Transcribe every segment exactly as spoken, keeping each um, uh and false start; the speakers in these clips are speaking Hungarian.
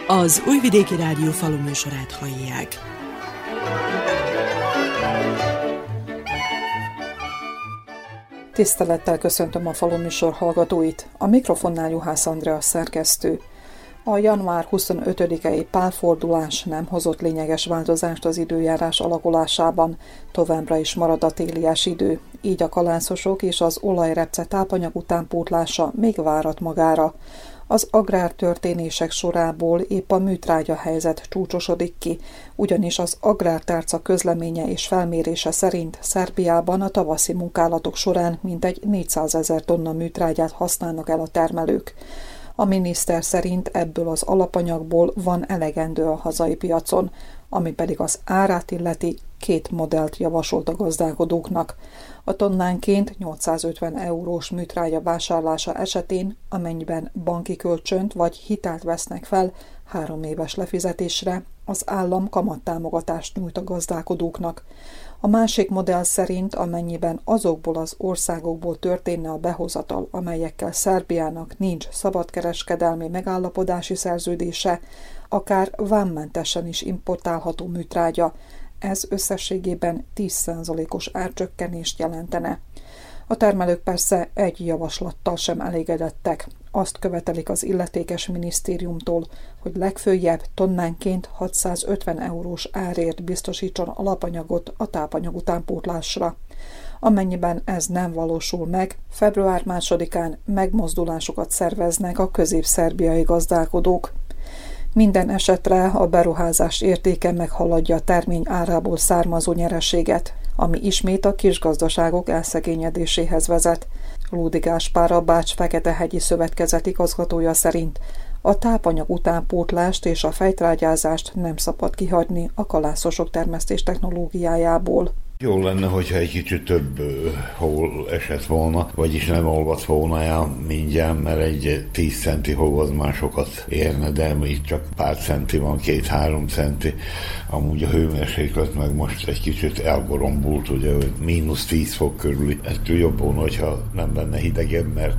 Az Újvidéki Rádió faluműsorát hallják. Tisztelettel köszöntöm a faluműsor hallgatóit, a mikrofonnál Juhász Andrea szerkesztő. A január huszonötödikei pálfordulás nem hozott lényeges változást az időjárás alakulásában, továbbra is marad a télies idő, így a kalászosok és az olajrepce tápanyag utánpótlása még várat magára. Az agrártörténések sorából épp a műtrágya helyzet csúcsosodik ki, ugyanis az Agrártárca közleménye és felmérése szerint Szerbiában a tavaszi munkálatok során mintegy négyszázezer tonna műtrágyát használnak el a termelők. A miniszter szerint ebből az alapanyagból van elegendő a hazai piacon, ami pedig az árát illeti, két modellt javasolt a gazdálkodóknak. A tonnánként nyolcszázötven eurós műtrágya vásárlása esetén, amennyiben banki kölcsönt vagy hitelt vesznek fel három éves lefizetésre, az állam kamattámogatást nyújt a gazdálkodóknak. A másik modell szerint, amennyiben azokból az országokból történne a behozatal, amelyekkel Szerbiának nincs szabadkereskedelmi megállapodási szerződése, akár vámmentesen is importálható műtrágya, ez összességében tíz százalékos árcsökkenést jelentene. A termelők persze egy javaslattal sem elégedettek. Azt követelik az illetékes minisztériumtól, hogy legföljebb tonnánként hatszázötven eurós árért biztosítson alapanyagot a tápanyag utánpótlásra. Amennyiben ez nem valósul meg, február másodikán megmozdulásokat szerveznek a közép-szerbiai gazdálkodók. Minden esetre a beruházás értéke meghaladja a termény árából származó nyereséget, ami ismét a kisgazdaságok elszegényedéséhez vezet. Lódi Gáspár, a Bács-Feketehegyi Szövetkezet igazgatója szerint a tápanyag utánpótlást és a fejtrágyázást nem szabad kihagyni a kalászosok termesztés technológiájából. Jó lenne, hogyha egy kicsit több hol esett volna, vagyis nem olvadt volna el mindjárt, mert egy tíz centi hó az már sokat érne, de itt csak pár centi van, két-három centi. Amúgy a hőmérséklet meg most egy kicsit elgorombult, ugye, hogy mínusz tíz fok körüli. Ettől jobb volna, hogyha nem lenne hidegebb, mert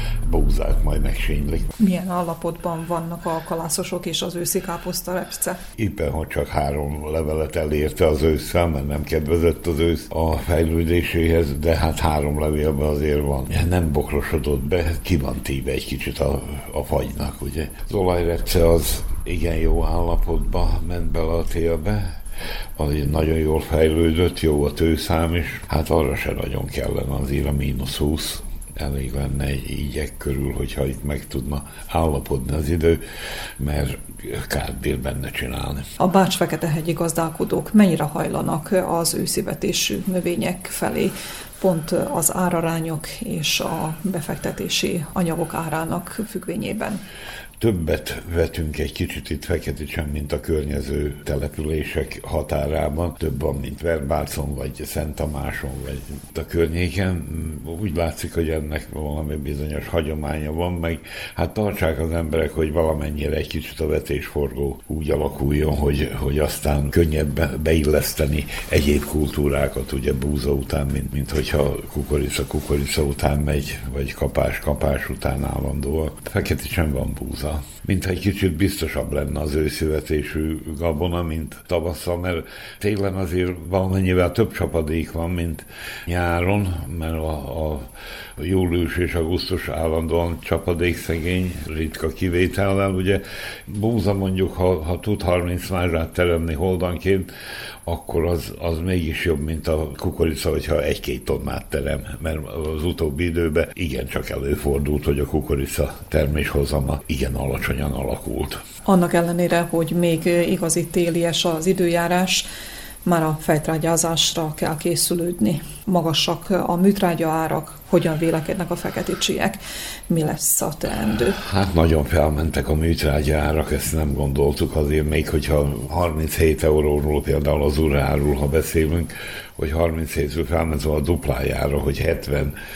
búzák majd megsínylik. Milyen állapotban vannak a kalászosok és az őszi káposztarepce? Éppen, hogy csak három levelet elérte az ősszel, mert nem kedvezett az ősz a fejlődéséhez, de hát három levélben azért van. Nem bokrosodott be, ki van téve egy kicsit a, a fagynak, ugye. Az olajrepce az igen jó állapotban ment bele a télbe, az nagyon jól fejlődött, jó a tőszám is, hát arra se nagyon kellene azért a mínusz húsz. Elég lenne egy ígyek körül, hogyha itt meg tudna állapodni az idő, mert kárt bír benne csinálni. A Bács-Feketehegyi gazdálkodók mennyire hajlanak az őszivetésű növények felé, pont az árarányok és a befektetési anyagok árának függvényében? Többet vetünk egy kicsit itt Feketicsen, mint a környező települések határában. Több van, mint Verbácon, vagy Szent Tamáson, vagy a környéken. Úgy látszik, hogy ennek valami bizonyos hagyománya van, meg hát tartsák az emberek, hogy valamennyire egy kicsit a vetésforgó úgy alakuljon, hogy, hogy aztán könnyebb beilleszteni egyéb kultúrákat, ugye búza után, mint, mint hogyha kukorica kukorica után megy, vagy kapás kapás után állandóan. Feketicsen van búza. Mintha egy kicsit biztosabb lenne az őszivetésű gabona, mint tavasszal, mert télen azért valamennyivel több csapadék van, mint nyáron, mert a, a július és augusztus állandóan csapadékszegény, ritka kivétellel, ugye búza mondjuk, ha, ha tud harminc mázsát teremni holdanként, akkor az, az mégis jobb, mint a kukorica, hogyha egy-két tonnát terem, mert az utóbbi időben igencsak előfordult, hogy a kukorica terméshozama igen alacsonyan alakult. Annak ellenére, hogy még igazi télies az időjárás, már a fejtrágyázásra kell készülődni. Magasak a műtrágya árak, hogyan vélekednek a feketicsiek, mi lesz a teendő? Hát nagyon felmentek a műtrágya árak, ezt nem gondoltuk azért, még hogyha harminchét euróról például az uráról, ha beszélünk, hogy harminchét felment a duplájára, hogy hetven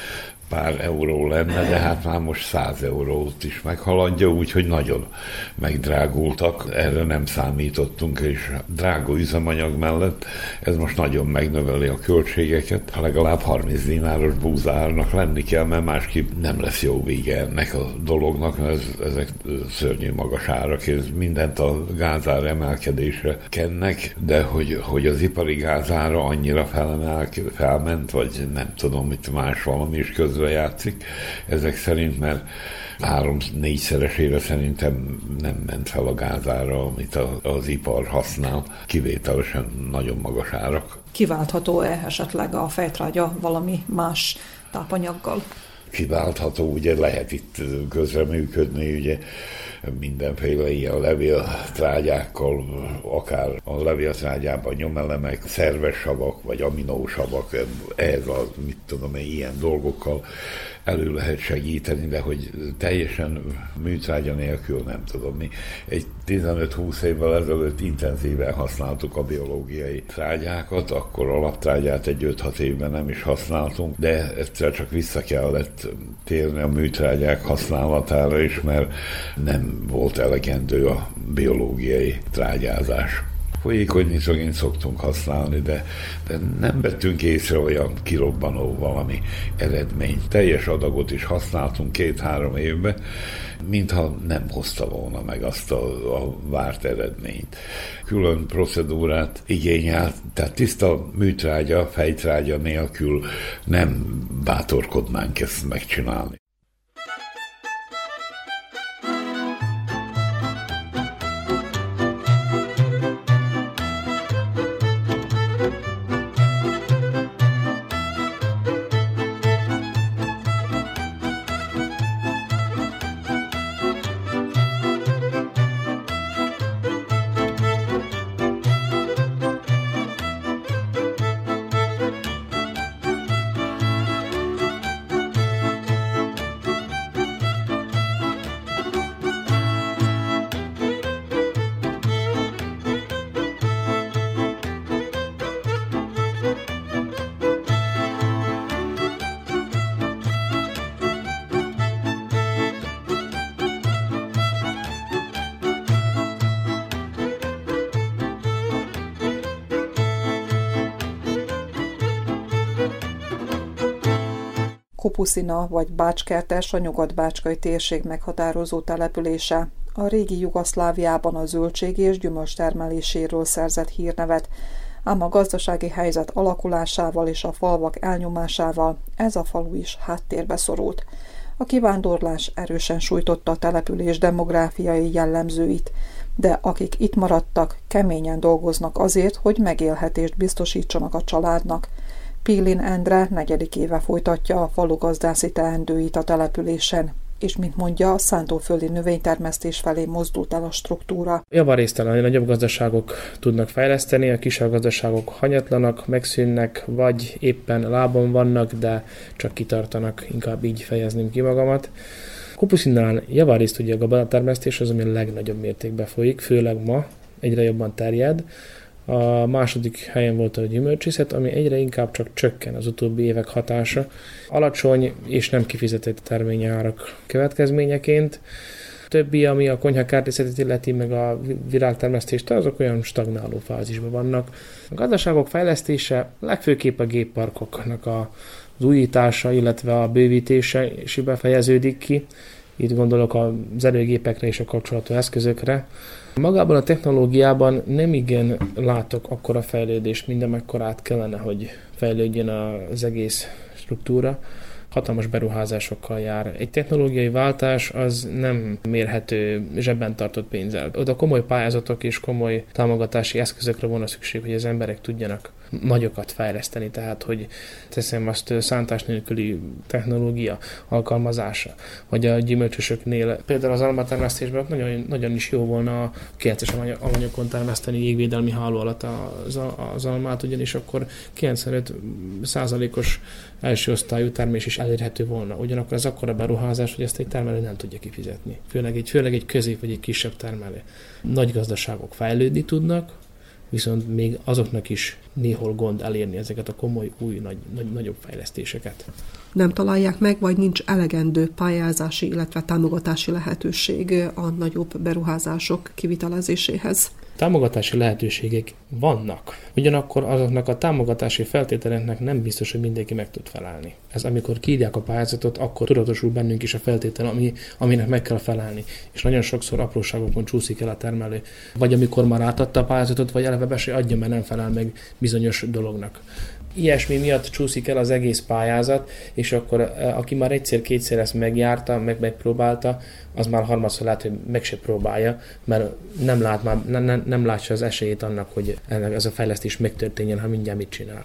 pár euró lenne, de hát már most száz eurót is meghaladja, úgyhogy nagyon megdrágultak. Erre nem számítottunk, és drága üzemanyag mellett ez most nagyon megnöveli a költségeket. Legalább harminc dináros búzárnak lenni kell, mert másképp nem lesz jó vége ennek a dolognak, mert ez, ezek szörnyű magas árak, és mindent a gázár emelkedésre kennek, de hogy, hogy az ipari gázára annyira felemel, felment, vagy nem tudom, itt más valami is közre játszik ezek szerint, mert három-négyszeresére szerintem nem ment fel a gázára, amit a, az ipar használ, kivételesen nagyon magas árak. Kiváltható-e esetleg a fejtrágya valami más tápanyaggal? Kiváltható, ugye lehet itt közreműködni, ugye mindenféle ilyen levéltrágyákkal, akár a levéltrágyában nyomelemek, szerves savak, vagy aminósavak, ehhez a, mit tudom én, ilyen dolgokkal elő lehet segíteni, de hogy teljesen műtrágya nélkül nem tudom mi. Egy tizenöt-húsz évvel ezelőtt intenzíven használtuk a biológiai trágyákat, akkor alaptrágyát egy öt-hat évben nem is használtunk, de egyszer csak vissza kellett térni a műtrágyák használatára is, mert nem volt elegendő a biológiai trágyázás. Folyékony nitrogént szoktunk használni, de, de nem vettünk észre olyan kirobbanó valami eredményt. Teljes adagot is használtunk két-három évben, mintha nem hozta volna meg azt a, a várt eredményt. Külön procedúrát igényel, tehát tiszta műtrágya, fejtrágya nélkül nem bátorkodnánk ezt megcsinálni. Kopuszina vagy Bácskertes a nyugat-bácskai térség meghatározó települése. A régi Jugoszláviában a zöldség és gyümölcs termeléséről szerzett hírnevet, ám a gazdasági helyzet alakulásával és a falvak elnyomásával ez a falu is háttérbe szorult. A kivándorlás erősen sújtotta a település demográfiai jellemzőit, de akik itt maradtak, keményen dolgoznak azért, hogy megélhetést biztosítsanak a családnak. Pílin Endre negyedik éve folytatja a falu gazdászi teendőit a településen, és mint mondja, a szántóföldi növénytermesztés felé mozdult el a struktúra. Javarészt a nagyobb gazdaságok tudnak fejleszteni, a kisebb gazdaságok hanyatlanak, megszűnnek, vagy éppen lábon vannak, de csak kitartanak, inkább így fejezném ki magamat. Kopuszinál javarészt ugye a gabonatermesztés az, ami a legnagyobb mértékben folyik, főleg ma egyre jobban terjed. A második helyen volt a gyümölcsészet, ami egyre inkább csak csökken az utóbbi évek hatása. Alacsony és nem kifizetett terményárak következményeként. Többi, ami a konyhakertészetet illeti, meg a virágtermesztést, azok olyan stagnáló fázisban vannak. A gazdaságok fejlesztése legfőképp a gépparkoknak az újítása, illetve a bővítése is befejeződik ki. Itt gondolok az erőgépekre és a kapcsolatú eszközökre. Magában a technológiában nem igen látok akkora fejlődést, mint amekkorát kellene, hogy fejlődjön az egész struktúra. Hatalmas beruházásokkal jár. Egy technológiai váltás az nem mérhető zsebben tartott pénzzel. Oda komoly pályázatok és komoly támogatási eszközökre volna szükség, hogy az emberek tudjanak nagyokat fejleszteni, tehát hogy teszem azt szántás nélküli technológia alkalmazása, vagy a gyümölcsösöknél, például az almatermesztésben nagyon, nagyon is jó volna a kilences alanyokon termeszteni jégvédelmi háló alatt az, az almát, ugyanis akkor kilencvenöt százalékos első osztályú termés is elérhető volna. Ugyanakkor ez akkora beruházás, hogy ezt egy termelő nem tudja kifizetni. Főleg egy, főleg egy közép vagy egy kisebb termelő. Nagy gazdaságok fejlődni tudnak, viszont még azoknak is néhol gond elérni ezeket a komoly, új, nagy, nagy, nagyobb fejlesztéseket. Nem találják meg, vagy nincs elegendő pályázási, illetve támogatási lehetőség a nagyobb beruházások kivitelezéséhez? Támogatási lehetőségek vannak. Ugyanakkor azoknak a támogatási feltételeknek nem biztos, hogy mindenki meg tud felelni. Ez amikor kiírják a pályázatot, akkor tudatosul bennünk is a feltétel, ami, aminek meg kell felelni. És nagyon sokszor apróságokon csúszik el a termelő. Vagy amikor már átadta a pályázatot, vagy eleve be se adja, mert nem felel meg bizonyos dolognak. Ilyesmi miatt csúszik el az egész pályázat, és akkor aki már egyszer-kétszer ezt megjárta, meg megpróbálta, az már harmadszor lehet, hogy meg se próbálja, mert nem, lát már, nem, nem látja az esélyét annak, hogy ez a fejlesztés megtörténjen, ha mindjárt mit csinál.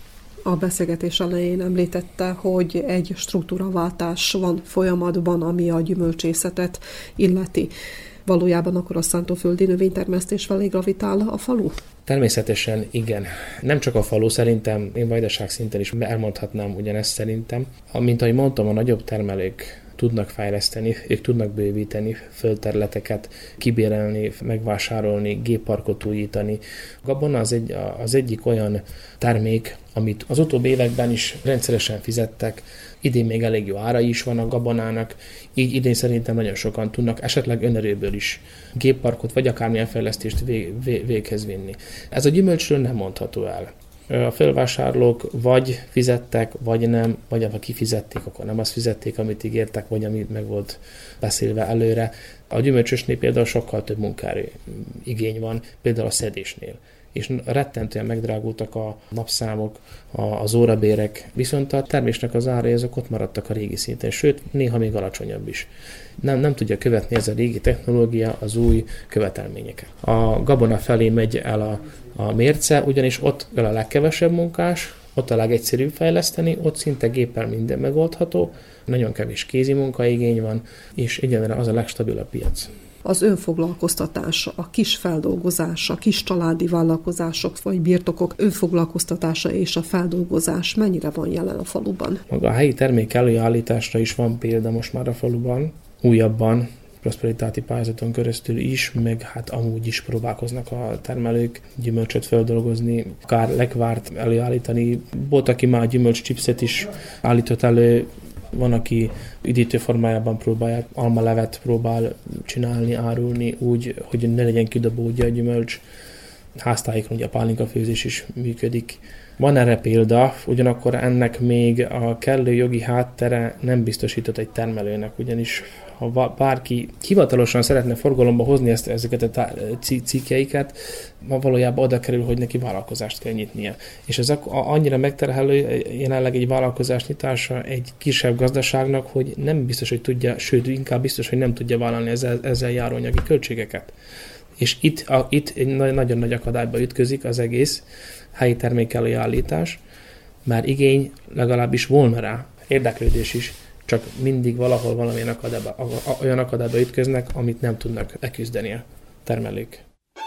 A beszélgetés elején említette, hogy egy struktúraváltás van folyamatban, ami a gyümölcsészetet illeti. Valójában akkor a szántóföldi növénytermesztés felé gravitál a falu? Természetesen igen. Nem csak a falu, szerintem én vajdaság szinten is elmondhatnám ugyanezt szerintem. Mint ahogy mondtam, a nagyobb termelők tudnak fejleszteni, ők tudnak bővíteni földterületeket, kibérelni, megvásárolni, gépparkot újítani. A gabona az, egy, az egyik olyan termék, amit az utóbbi években is rendszeresen fizettek, idén még elég jó ára is van a gabonának, így idén szerintem nagyon sokan tudnak esetleg önerőből is gépparkot vagy akármilyen fejlesztést vég, vég, véghez vinni. Ez a gyümölcsről nem mondható el. A felvásárlók vagy fizettek, vagy nem, vagy ha kifizették, akkor nem azt fizették, amit ígértek, vagy amit meg volt beszélve előre. A gyümölcsösnél például sokkal több munkaerő igény van, például a szedésnél. És rettentően megdrágultak a napszámok, az órabérek, viszont a termésnek az árai azok ott maradtak a régi szinten, sőt, néha még alacsonyabb is. Nem, nem tudja követni ez a régi technológia az új követelményeket. A gabona felé megy el a, a mérce, ugyanis ott a legkevesebb munkás, ott a legegyszerűbb fejleszteni, ott szinte géppel minden megoldható, nagyon kevés kézi munkaigény van, és egyenlőre az a legstabilabb piac. Az önfoglalkoztatás, a kis feldolgozás, a kis családi vállalkozások vagy birtokok önfoglalkoztatása és a feldolgozás mennyire van jelen a faluban? Maga a helyi termék előállításra is van példa most már a faluban, újabban, prosperitáti pályázaton keresztül is, meg hát amúgy is próbálkoznak a termelők gyümölcsöt feldolgozni, akár lekvárt előállítani. Volt, aki már gyümölcs chipset is állított elő, van, aki üdítő formájában próbálja, almalevet próbál csinálni, árulni úgy, hogy ne legyen kidobódja a gyümölcs. Háztáikon ugye a pálinkafőzés is működik. Van erre példa, ugyanakkor ennek még a kellő jogi háttere nem biztosított egy termelőnek, ugyanis ha bárki hivatalosan szeretne forgalomba hozni ezt, ezeket a cikkeiket, valójában oda kerül, hogy neki vállalkozást kell nyitnia. És ez annyira megterhelő jelenleg egy vállalkozás nyitása egy kisebb gazdaságnak, hogy nem biztos, hogy tudja, sőt, inkább biztos, hogy nem tudja vállalni ezzel, ezzel járó anyagi költségeket. És itt, a, itt egy nagyon nagy akadályba ütközik az egész helyi termék előállítás, már igény legalábbis volna rá, érdeklődés is, csak mindig valahol valamilyen akadályba, olyan akadályba ütköznek, amit nem tudnak leküzdeni a termelők.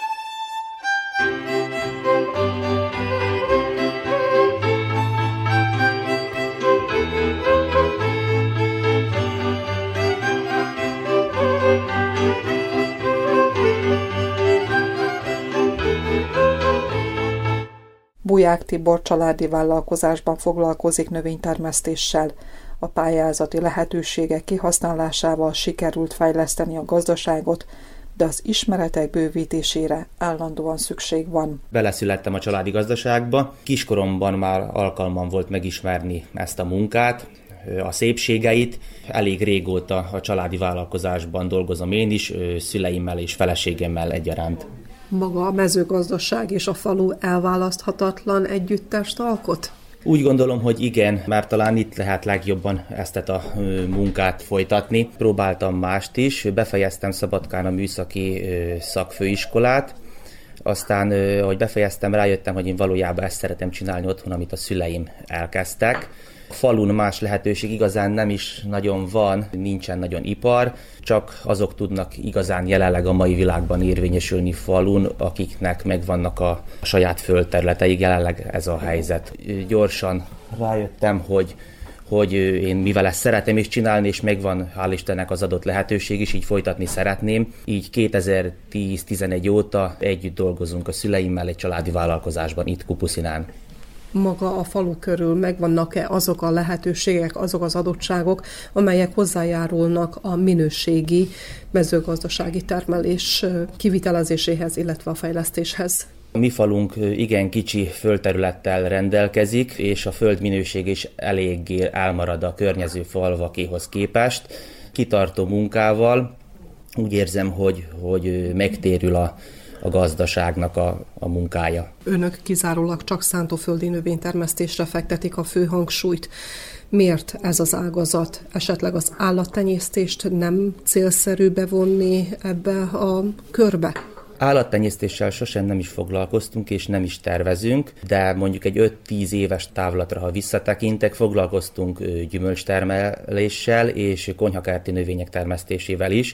Buják Tibor családi vállalkozásban foglalkozik növénytermesztéssel. A pályázati lehetőségek kihasználásával sikerült fejleszteni a gazdaságot, de az ismeretek bővítésére állandóan szükség van. Beleszülettem a családi gazdaságba. Kiskoromban már alkalmam volt megismerni ezt a munkát, a szépségeit. Elég régóta a családi vállalkozásban dolgozom én is, szüleimmel és feleségemmel egyaránt. Maga a mezőgazdaság és a falu elválaszthatatlan együttest alkot? Úgy gondolom, hogy igen, mert talán itt lehet legjobban ezt a munkát folytatni. Próbáltam mást is, befejeztem Szabadkán a műszaki szakfőiskolát, aztán, ahogy befejeztem, rájöttem, hogy én valójában ezt szeretem csinálni otthon, amit a szüleim elkezdtek. A falun más lehetőség igazán nem is nagyon van, nincsen nagyon ipar, csak azok tudnak igazán jelenleg a mai világban érvényesülni falun, akiknek megvannak a saját földterületeik, jelenleg ez a helyzet. Gyorsan rájöttem, hogy hogy én mivel ezt szeretem is csinálni, és megvan hál' Istennek az adott lehetőség is, így folytatni szeretném. Így kétezer-tíz-tizenegy óta együtt dolgozunk a szüleimmel egy családi vállalkozásban itt Kupuszinán. Maga a falu körül megvannak-e azok a lehetőségek, azok az adottságok, amelyek hozzájárulnak a minőségi mezőgazdasági termelés kivitelezéséhez, illetve a fejlesztéshez? A mi falunk igen kicsi földterülettel rendelkezik, és a föld minőség is eléggé elmarad a környező falvakéhoz képest. Kitartó munkával úgy érzem, hogy, hogy megtérül a, a gazdaságnak a, a munkája. Önök kizárólag csak szántóföldi növénytermesztésre fektetik a fő hangsúlyt. Miért ez az ágazat? Esetleg az állattenyésztést nem célszerű bevonni ebbe a körbe? Állattenyésztéssel sosem nem is foglalkoztunk, és nem is tervezünk, de mondjuk egy öt-tíz éves távlatra, ha visszatekintek, foglalkoztunk gyümölcstermeléssel és konyhakerti növények termesztésével is,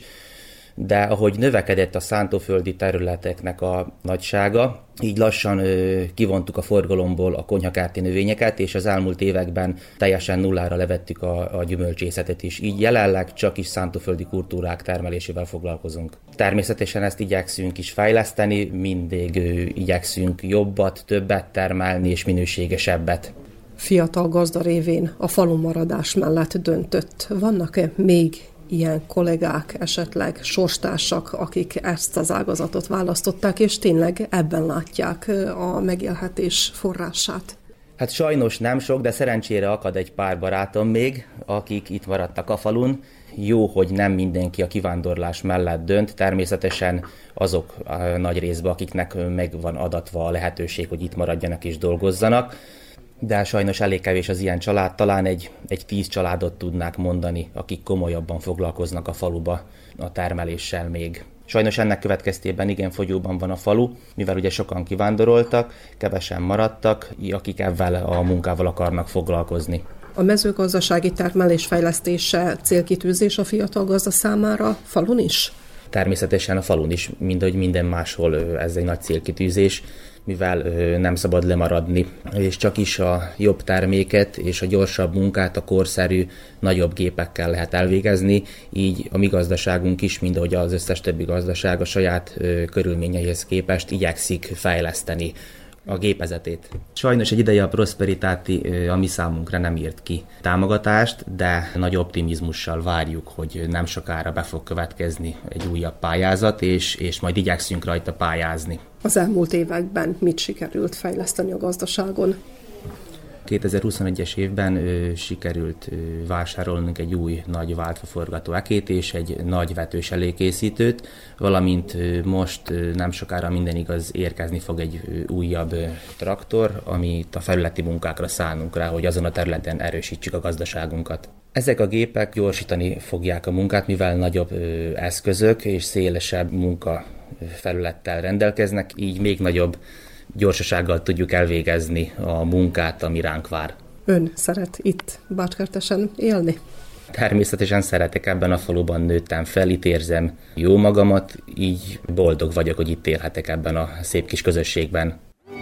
de ahogy növekedett a szántóföldi területeknek a nagysága, így lassan ö, kivontuk a forgalomból a konyhakerti növényeket, és az elmúlt években teljesen nullára levettük a, a gyümölcsészetet is. Így jelenleg csak is szántóföldi kultúrák termelésével foglalkozunk. Természetesen ezt igyekszünk is fejleszteni, mindig ö, igyekszünk jobbat, többet termelni és minőségesebbet. Fiatal gazda révén a falu maradás mellett döntött. Vannak-e még ilyen kollégák, esetleg sorstársak, akik ezt az ágazatot választották, és tényleg ebben látják a megélhetés forrását? Hát sajnos nem sok, de szerencsére akad egy pár barátom még, akik itt maradtak a falun. Jó, hogy nem mindenki a kivándorlás mellett dönt, természetesen azok a nagy részben, akiknek meg van adatva a lehetőség, hogy itt maradjanak és dolgozzanak. De sajnos elég kevés az ilyen család, talán egy, egy tíz családot tudnák mondani, akik komolyabban foglalkoznak a faluba a termeléssel még. Sajnos ennek következtében igen fogyóban van a falu, mivel ugye sokan kivándoroltak, kevesen maradtak, akik ezzel a munkával akarnak foglalkozni. A mezőgazdasági termelés fejlesztése célkitűzés a fiatal gazda számára falun is? Természetesen a falun is, mint ahogy minden máshol ez egy nagy célkitűzés, mivel nem szabad lemaradni, és csak is a jobb terméket és a gyorsabb munkát a korszerű, nagyobb gépekkel lehet elvégezni, így a mi gazdaságunk is, mint ahogy az összes többi gazdaság a saját körülményeihez képest igyekszik fejleszteni a gépezetét. Sajnos egy ideje a Prosperitáti a mi számunkra nem írt ki támogatást, de nagy optimizmussal várjuk, hogy nem sokára be fog következni egy újabb pályázat, és, és majd igyekszünk rajta pályázni. Az elmúlt években mit sikerült fejleszteni a gazdaságon? kétezer-huszonegyes évben ö, sikerült ö, vásárolnunk egy új nagy váltvaforgató ekét és egy nagy vetős elékészítőt, valamint ö, most ö, nem sokára minden igaz érkezni fog egy ö, újabb ö, traktor, amit a felületi munkákra szánunk rá, hogy azon a területen erősítsük a gazdaságunkat. Ezek a gépek gyorsítani fogják a munkát, mivel nagyobb ö, eszközök és szélesebb munkafelülettel rendelkeznek, így még nagyobb gyorsasággal tudjuk elvégezni a munkát, ami ránk vár. Ön szeret itt Bácskertesen élni? Természetesen szeretek, ebben a faluban nőttem fel, itt érzem jó magamat, így boldog vagyok, hogy itt élhetek ebben a szép kis közösségben.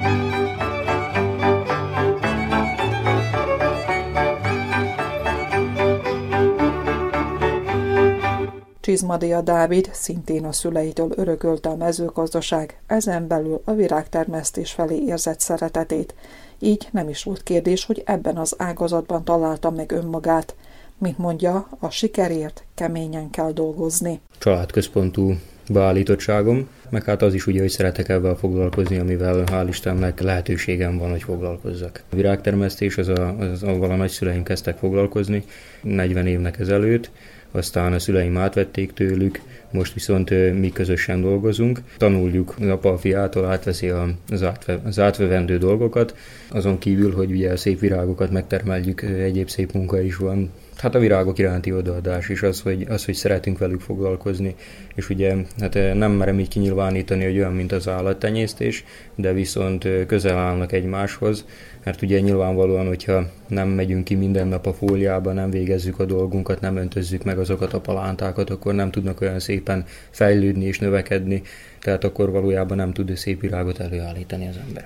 Csizmadia Dávid szintén a szüleitől örökölte a mezőgazdaság, ezen belül a virágtermesztés felé érzett szeretetét. Így nem is volt kérdés, hogy ebben az ágazatban találta meg önmagát. Mint mondja, a sikerért keményen kell dolgozni. Családközpontú beállítottságom, meg hát az is ugye, hogy szeretek ebben foglalkozni, amivel hál' Istennek lehetőségem van, hogy foglalkozzak. A virágtermesztés, az a, az a, a nagyszüleim kezdtek foglalkozni negyven évnek ezelőtt, aztán a szüleim átvették tőlük, most viszont mi közösen dolgozunk. Tanuljuk, apa a fiától átveszi az, átve, az átvevendő dolgokat, azon kívül, hogy ugye a szép virágokat megtermeljük, egyéb szép munka is van. Hát a virágok iránti odaadás is az, hogy, az, hogy szeretünk velük foglalkozni, és ugye hát nem merem így kinyilvánítani, hogy olyan, mint az állattenyésztés, de viszont közel állnak egymáshoz, mert ugye nyilvánvalóan, hogyha nem megyünk ki minden nap a fóliába, nem végezzük a dolgunkat, nem öntözzük meg azokat a palántákat, akkor nem tudnak olyan szépen fejlődni és növekedni, tehát akkor valójában nem tud szép virágot előállítani az ember.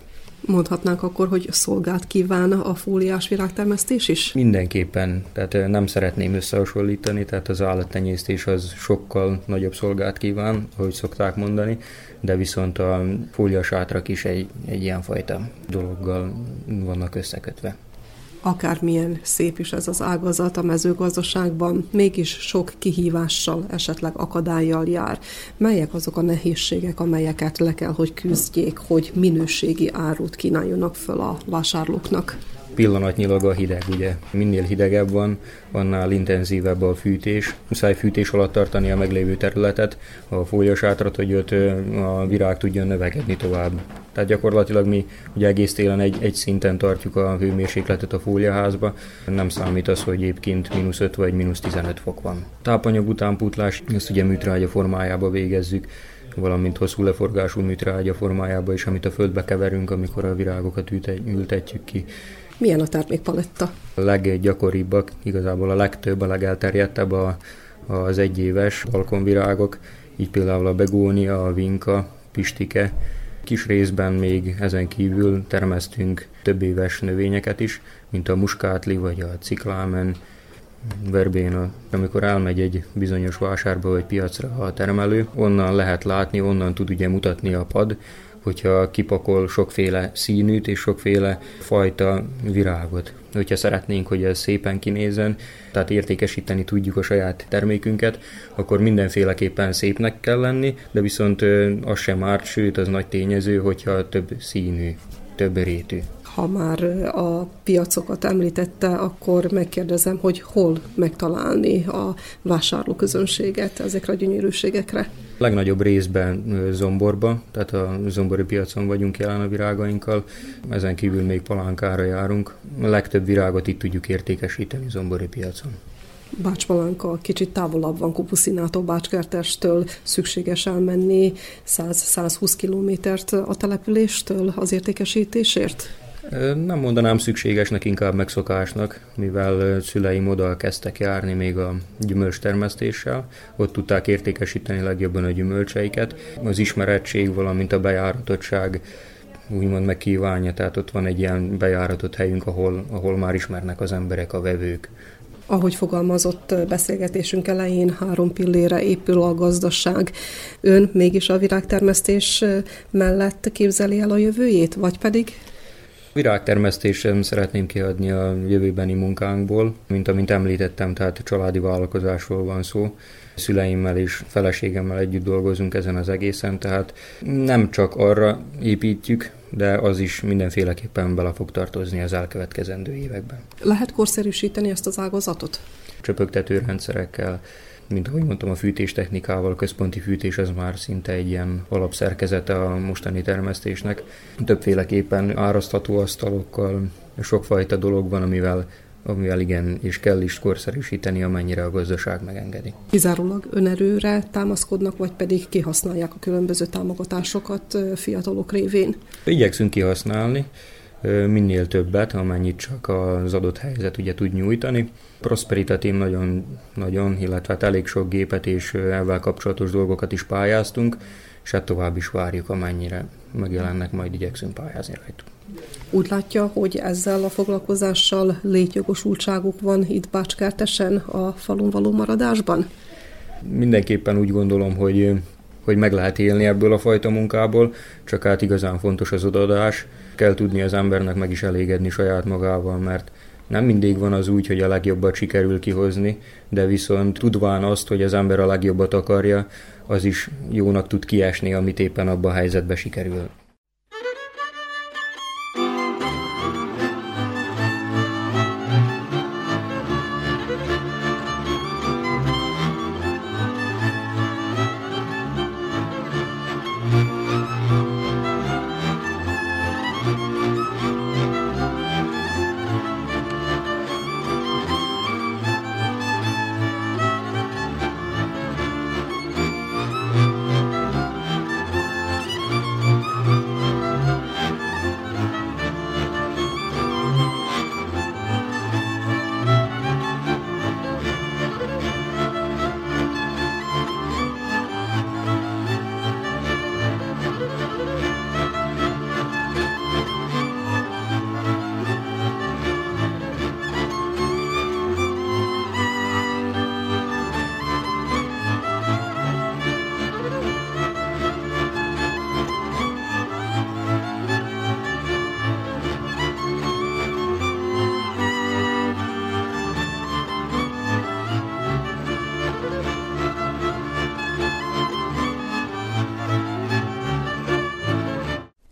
Mondhatnánk akkor, hogy szolgált kíván a fóliás virágtermesztés is? Mindenképpen, tehát nem szeretném összehasonlítani, tehát az állattenyésztés az sokkal nagyobb szolgált kíván, ahogy szokták mondani, de viszont a fóliasátrak is egy, egy ilyenfajta dologgal vannak összekötve. Akármilyen szép is ez az ágazat a mezőgazdaságban, mégis sok kihívással, esetleg akadályjal jár. Melyek azok a nehézségek, amelyeket le kell, hogy küzdjék, hogy minőségi árut kínáljanak föl a vásárlóknak? Pillanatnyilag a hideg, ugye. Minél hidegebb van, annál intenzívebb a fűtés. Muszáj fűtés alatt tartani a meglévő területet, a fóliasátrat, hogy ott a virág tudjon növekedni tovább. Tehát gyakorlatilag mi ugye egész télen egy, egy szinten tartjuk a hőmérsékletet a fóliaházba. Nem számít az, hogy épp kint mínusz öt vagy mínusz tizenöt fok van. Tápanyag utánpótlás, ezt ugye műtrágya formájába végezzük, valamint hosszú leforgású műtrágya formájába is, amit a földbe keverünk, amikor a virágokat ültetjük ki. Milyen a termékpaletta? A leggyakoribbak, igazából a legtöbb, a legelterjedtebb a, az egyéves balkonvirágok, így például a begónia, a vinka, pistike. Kis részben még ezen kívül termesztünk több éves növényeket is, mint a muskátli vagy a ciklámen, verbéna. Amikor elmegy egy bizonyos vásárba vagy piacra a termelő, onnan lehet látni, onnan tud ugye mutatni a pad, hogyha kipakol sokféle színűt és sokféle fajta virágot. Hogyha szeretnénk, hogy ez szépen kinézzen, tehát értékesíteni tudjuk a saját termékünket, akkor mindenféleképpen szépnek kell lenni, de viszont az sem árt, sőt az nagy tényező, hogyha több színű, több rétű. Ha már a piacokat említette, akkor megkérdezem, hogy hol megtalálni a vásárlóközönséget ezekre a gyönyörűségekre? Legnagyobb részben Zomborba, tehát a zombori piacon vagyunk jelen a virágainkkal, ezen kívül még Palánkára járunk. A legtöbb virágot itt tudjuk értékesíteni zombori piacon. Bács-Palánka kicsit távolabb van Kupuszinától, Bácskertestől, szükséges elmenni száz-százhúsz kilométert a településtől az értékesítésért? Nem mondanám szükségesnek, inkább megszokásnak, mivel szüleim oda kezdtek járni még a gyümölcstermesztéssel, ott tudták értékesíteni legjobban a gyümölcseiket. Az ismerettség, valamint a bejáratottság úgymond megkívánja, tehát ott van egy ilyen bejáratott helyünk, ahol, ahol már ismernek az emberek, a vevők. Ahogy fogalmazott beszélgetésünk elején, három pillére épül a gazdaság. Ön mégis a virágtermesztés mellett képzeli el a jövőjét, vagy pedig? Virágtermesztésen szeretném kiadni a jövőbeni munkánkból, mint amint említettem, tehát családi vállalkozásról van szó. Szüleimmel és feleségemmel együtt dolgozunk ezen az egészen, tehát nem csak arra építjük, de az is mindenféleképpen bele fog tartozni az elkövetkezendő években. Lehet korszerűsíteni ezt az ágazatot? Csöpögtetőrendszerekkel, mint ahogy mondtam, a fűtéstechnikával, központi fűtés az már szinte egy ilyen alapszerkezete a mostani termesztésnek. Többféleképpen árasztható asztalokkal, sokfajta dolog van, amivel, amivel igen, és kell is korszerűsíteni, amennyire a gazdaság megengedi. Kizárólag önerőre támaszkodnak, vagy pedig kihasználják a különböző támogatásokat fiatalok révén? Igyekszünk kihasználni minél többet, amennyit csak az adott helyzet ugye tud nyújtani. Prosperity Team nagyon, nagyon, illetve hát elég sok gépet és ezzel kapcsolatos dolgokat is pályáztunk, és hát tovább is várjuk, amennyire megjelennek, majd igyekszünk pályázni rajtuk. Úgy látja, hogy ezzel a foglalkozással létjogosultságuk van itt Bácskertesen a falun való maradásban? Mindenképpen úgy gondolom, hogy, hogy meg lehet élni ebből a fajta munkából, csak hát igazán fontos az odaadás. Kell tudni az embernek meg is elégedni saját magával, mert nem mindig van az úgy, hogy a legjobbat sikerül kihozni, de viszont tudván azt, hogy az ember a legjobbat akarja, az is jónak tud kiesni, amit éppen abban a helyzetben sikerül.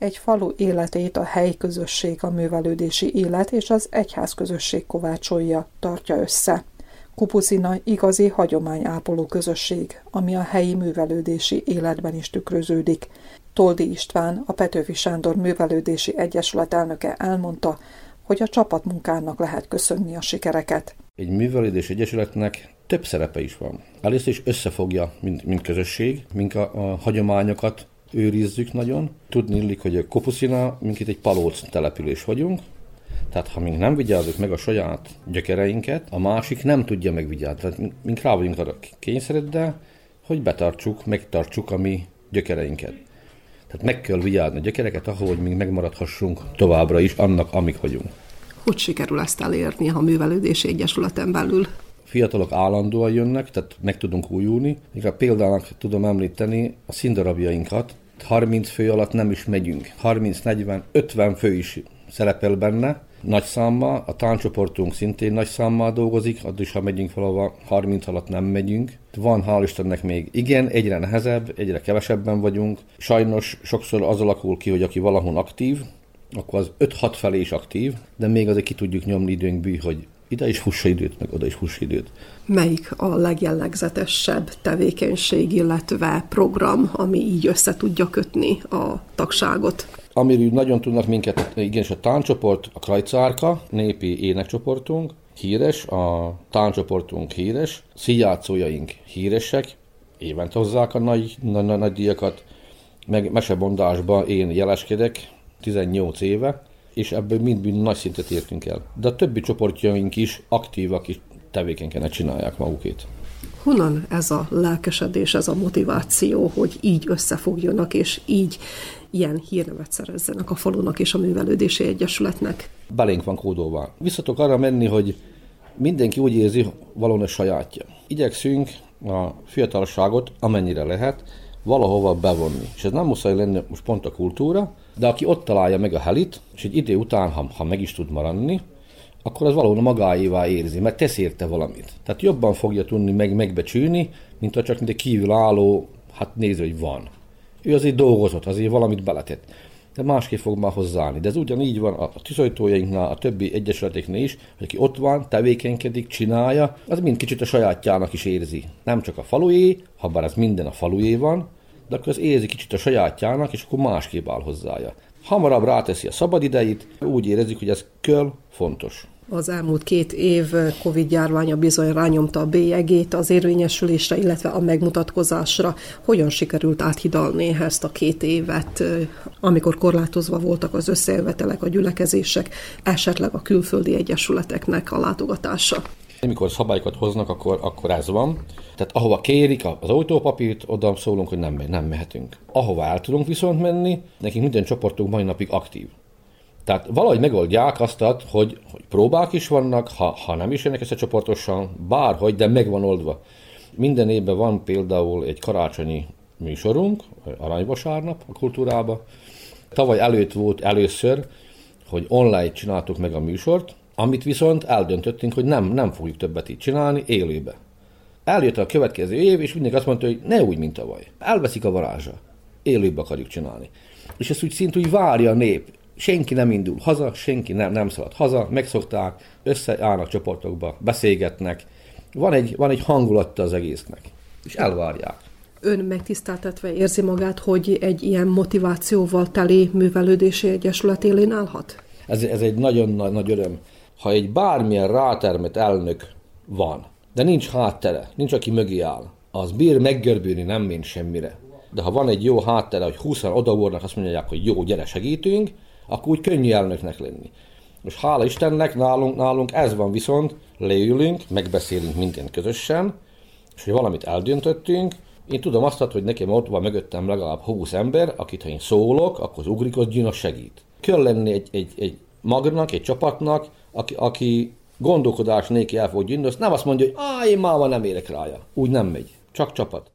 Egy falu életét a helyi közösség, a művelődési élet és az egyház közösség kovácsolja, tartja össze. Kupuzina igazi hagyományápoló közösség, ami a helyi művelődési életben is tükröződik. Toldi István, a Petőfi Sándor Művelődési Egyesület elnöke elmondta, hogy a csapatmunkának lehet köszönni a sikereket. Egy művelődési egyesületnek több szerepe is van. Először is összefogja, mint, mint közösség, mink a, a hagyományokat őrizzük nagyon. Tudni illik, hogy a Kupuzina, mink itt egy palóc település vagyunk, tehát ha mink nem vigyázzuk meg a saját gyökereinket, a másik nem tudja megvigyázni. Tehát mink rá vagyunk arra kényszeredve, hogy betartsuk, megtartsuk a mi gyökereinket. Tehát meg kell vigyázni a gyökereket, ahogy mink megmaradhassunk továbbra is annak, amik vagyunk. Hogy sikerül ezt elérni a Művelődési Egyesületen belül? Fiatalok állandóan jönnek, tehát meg tudunk újulni. Inkább példának tudom említeni a színdarabjainkat. harminc fő alatt nem is megyünk. harminc, negyven, ötven fő is szerepel benne. Nagy számmal, a táncsoportunk szintén nagy számmal dolgozik, addig is, ha megyünk valahova, harminc alatt nem megyünk. Van, hál' Istennek még igen, egyre nehezebb, egyre kevesebben vagyunk. Sajnos sokszor az alakul ki, hogy aki valahol aktív, akkor az öt-hat felé is aktív, de még azért ki tudjuk nyomni időnkből, hogy ide is fussa időt, meg oda is fussa időt. Melyik a legjellegzetesebb tevékenység, illetve program, ami így össze tudja kötni a tagságot? Amiről nagyon tudnak minket, igenis a tánccsoport, a Krajcárka, népi énekcsoportunk, híres, a tánccsoportunk híres, színjátszójaink híresek, évente hozzák a nagy, nagy, nagy, nagy díjakat, meg mesebondásban én jeleskedek, tizennyolc éve, és ebből mind-mind nagy szintet értünk el. De a többi csoportjaink is aktívak, és tevékenykednek, csinálják magukét. Honnan ez a lelkesedés, ez a motiváció, hogy így összefogjanak, és így ilyen hírnevet szerezzenek a falunak és a Művelődési Egyesületnek? Belénk van kódolva. Visszatok arra menni, hogy mindenki úgy érzi, valóban sajátja. Igyekszünk a fiatalságot, amennyire lehet, valahova bevonni. És ez nem muszáj lenni most pont a kultúra, de aki ott találja meg a helit, és egy idő után, ha, ha meg is tud maradni, akkor az valóban magáévá érzi, mert tesz érte valamit. Tehát jobban fogja tudni meg, megbecsülni, mint ha csak mint egy kívülálló, hát néző, hogy van. Ő azért dolgozott, azért valamit beletett. De másképp fog már hozzáállni. De ez ugyanígy van a tűzoltójainknál, a többi egyesületeknél is, hogy aki ott van, tevékenykedik, csinálja, az mind kicsit a sajátjának is érzi. Nem csak a falué, ha bár ez minden a falué van, de akkor az érzi kicsit a sajátjának, és akkor másképp áll hozzája. Hamarabb ráteszi a szabad idejét, úgy érezzük, hogy ez kell, fontos. Az elmúlt két év Covid-járványa bizony rányomta a bélyegét az érvényesülésre, illetve a megmutatkozásra. Hogyan sikerült áthidalni ezt a két évet, amikor korlátozva voltak az összejövetelek, a gyülekezések, esetleg a külföldi egyesületeknek a látogatása? Amikor szabályokat hoznak, akkor, akkor ez van. Tehát ahova kérik az autópapírt, oda szólunk, hogy nem, nem mehetünk. Ahova el tudunk viszont menni, nekünk minden csoportunk mai napig aktív. Tehát valahogy megoldják azt, hogy, hogy próbák is vannak, ha, ha nem is jönnek összecsoportosan, bárhogy, de meg van oldva. Minden évben van például egy karácsonyi műsorunk, Aranyvasárnap a kultúrában. Tavaly előtt volt először, hogy online csináltuk meg a műsort, amit viszont eldöntöttünk, hogy nem, nem fogjuk többet így csinálni, élőbe. Eljött a következő év, és mindenki azt mondta, hogy ne úgy, mint tavaly. Elveszik a varázsa. Élőbe akarjuk csinálni. És ezt úgy szint úgy várja a nép. Senki nem indul haza, senki nem, nem szalad haza, megszokták, összeállnak csoportokba, beszélgetnek. Van egy, van egy hangulata az egésznek, és elvárják. Ön megtiszteltetve érzi magát, hogy egy ilyen motivációval teli művelődési egyesület élén állhat? Ez, ez egy nagyon nagy, nagy öröm. Ha egy bármilyen rátermett elnök van, de nincs háttere, nincs aki mögé áll, az bír meggörbülni, nem mint semmire. De ha van egy jó háttere, hogy húszan odavornak, azt mondják, hogy jó, gyere, segítünk, akkor úgy könnyű elnöknek lenni. Most hála Istennek, nálunk, nálunk ez van viszont, leülünk, megbeszélünk mindent közösen, és hogy valamit eldöntöttünk, én tudom azt, hogy nekem ott van mögöttem legalább húsz ember, akit ha én szólok, akkor az ugrikos segít. Kell lenni egy, egy, egy magnak, egy csapatnak, aki, aki gondolkodás nélkül el fog gyűnni, azt nem azt mondja, hogy á, én máma nem érek rája. Úgy nem megy. Csak csapat.